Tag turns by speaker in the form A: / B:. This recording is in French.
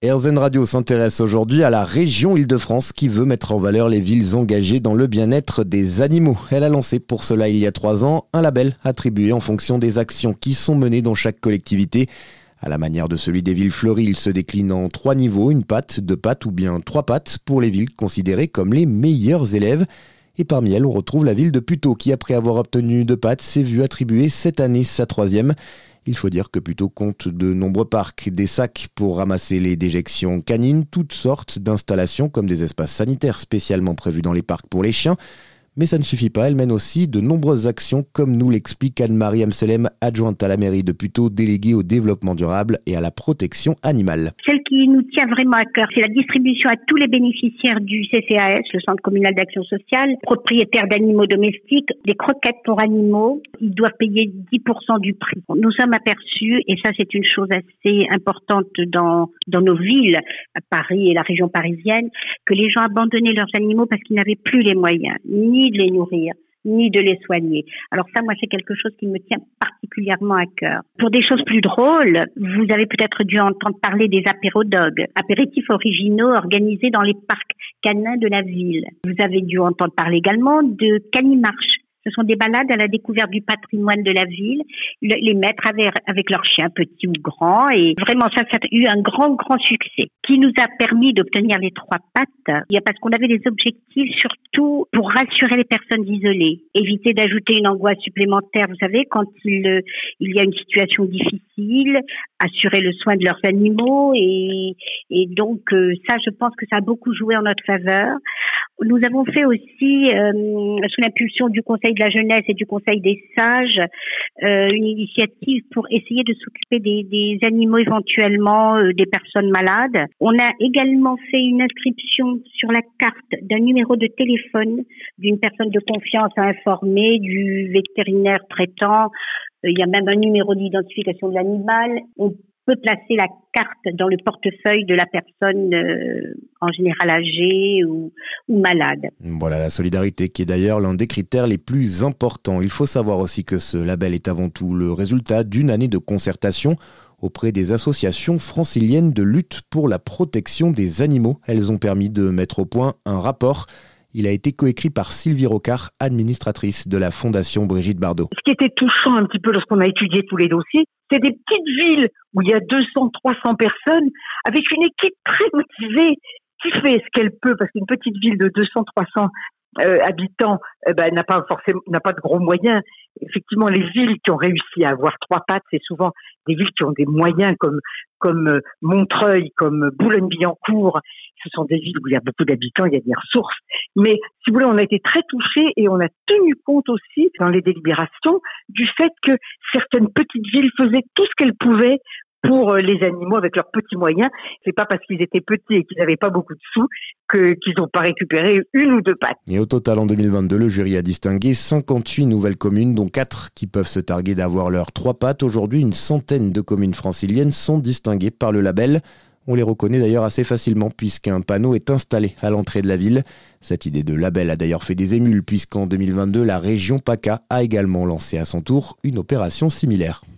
A: RZN Radio s'intéresse aujourd'hui à la région Île-de-France qui veut mettre en valeur les villes engagées dans le bien-être des animaux. Elle a lancé pour cela il y a 3 ans un label attribué en fonction des actions qui sont menées dans chaque collectivité. À la manière de celui des villes fleuries, il se décline en 3 niveaux, 1 patte, 2 pattes ou bien 3 pattes pour les villes considérées comme les meilleurs élèves. Et parmi elles, on retrouve la ville de Puteaux qui, après avoir obtenu 2 pattes, s'est vue attribuer cette année sa 3e. Il faut dire que Puteaux compte de nombreux parcs, des sacs pour ramasser les déjections canines, toutes sortes d'installations comme des espaces sanitaires spécialement prévus dans les parcs pour les chiens. Mais ça ne suffit pas, elle mène aussi de nombreuses actions comme nous l'explique Anne-Marie Amselem, adjointe à la mairie de Puteaux, déléguée au développement durable et à la protection animale.
B: Celle qui nous tient vraiment à cœur, c'est la distribution à tous les bénéficiaires du CCAS, le Centre communal d'action sociale, propriétaires d'animaux domestiques, des croquettes pour animaux. Ils doivent payer 10% du prix. Nous sommes aperçus, et ça c'est une chose assez importante dans nos villes, à Paris et la région parisienne, que les gens abandonnaient leurs animaux parce qu'ils n'avaient plus les moyens, ni de les nourrir, ni de les soigner. Alors ça, moi, c'est quelque chose qui me tient particulièrement à cœur. Pour des choses plus drôles, vous avez peut-être dû entendre parler des apérodogs, apéritifs originaux organisés dans les parcs canins de la ville. Vous avez dû entendre parler également de canimarches. Ce sont des balades à la découverte du patrimoine de la ville, les maîtres avec leurs chiens petits ou grands, et vraiment ça a eu un grand succès qui nous a permis d'obtenir les 3 pattes. Il y a parce qu'on avait des objectifs surtout pour rassurer les personnes isolées, éviter d'ajouter une angoisse supplémentaire. Vous savez, quand il y a une situation difficile, assurer le soin de leurs animaux et donc ça, je pense que ça a beaucoup joué en notre faveur. Nous avons fait aussi, sous l'impulsion du Conseil de la jeunesse et du Conseil des sages, une initiative pour essayer de s'occuper des animaux éventuellement, des personnes malades. On a également fait une inscription sur la carte d'un numéro de téléphone d'une personne de confiance à informer, du vétérinaire traitant. Il y a même un numéro d'identification de l'animal. On peut placer la carte dans le portefeuille de la personne en général âgée ou malade.
A: Voilà la solidarité qui est d'ailleurs l'un des critères les plus importants. Il faut savoir aussi que ce label est avant tout le résultat d'une année de concertation auprès des associations franciliennes de lutte pour la protection des animaux. Elles ont permis de mettre au point un rapport. Il a été coécrit par Sylvie Rocard, administratrice de la Fondation Brigitte Bardot.
C: Ce qui était touchant un petit peu lorsqu'on a étudié tous les dossiers, c'est des petites villes où il y a 200, 300 personnes avec une équipe très motivée qui fait ce qu'elle peut, parce qu'une petite ville de 200, 300 habitants n'a pas de gros moyens. Effectivement, les villes qui ont réussi à avoir 3 pattes, c'est souvent des villes qui ont des moyens comme Montreuil, comme Boulogne-Billancourt. Ce sont des villes où il y a beaucoup d'habitants, il y a des ressources. Mais si vous voulez, on a été très touchés et on a tenu compte aussi dans les délibérations du fait que certaines petites villes faisaient tout ce qu'elles pouvaient pour les animaux avec leurs petits moyens. C'est pas parce qu'ils étaient petits et qu'ils n'avaient pas beaucoup de sous qu'ils n'ont pas récupéré 1 ou 2 pattes.
A: Et au total, en 2022, le jury a distingué 58 nouvelles communes, dont 4 qui peuvent se targuer d'avoir leurs 3 pattes. Aujourd'hui, une centaine de communes franciliennes sont distinguées par le label. On les reconnaît d'ailleurs assez facilement puisqu'un panneau est installé à l'entrée de la ville. Cette idée de label a d'ailleurs fait des émules puisqu'en 2022, la région PACA a également lancé à son tour une opération similaire.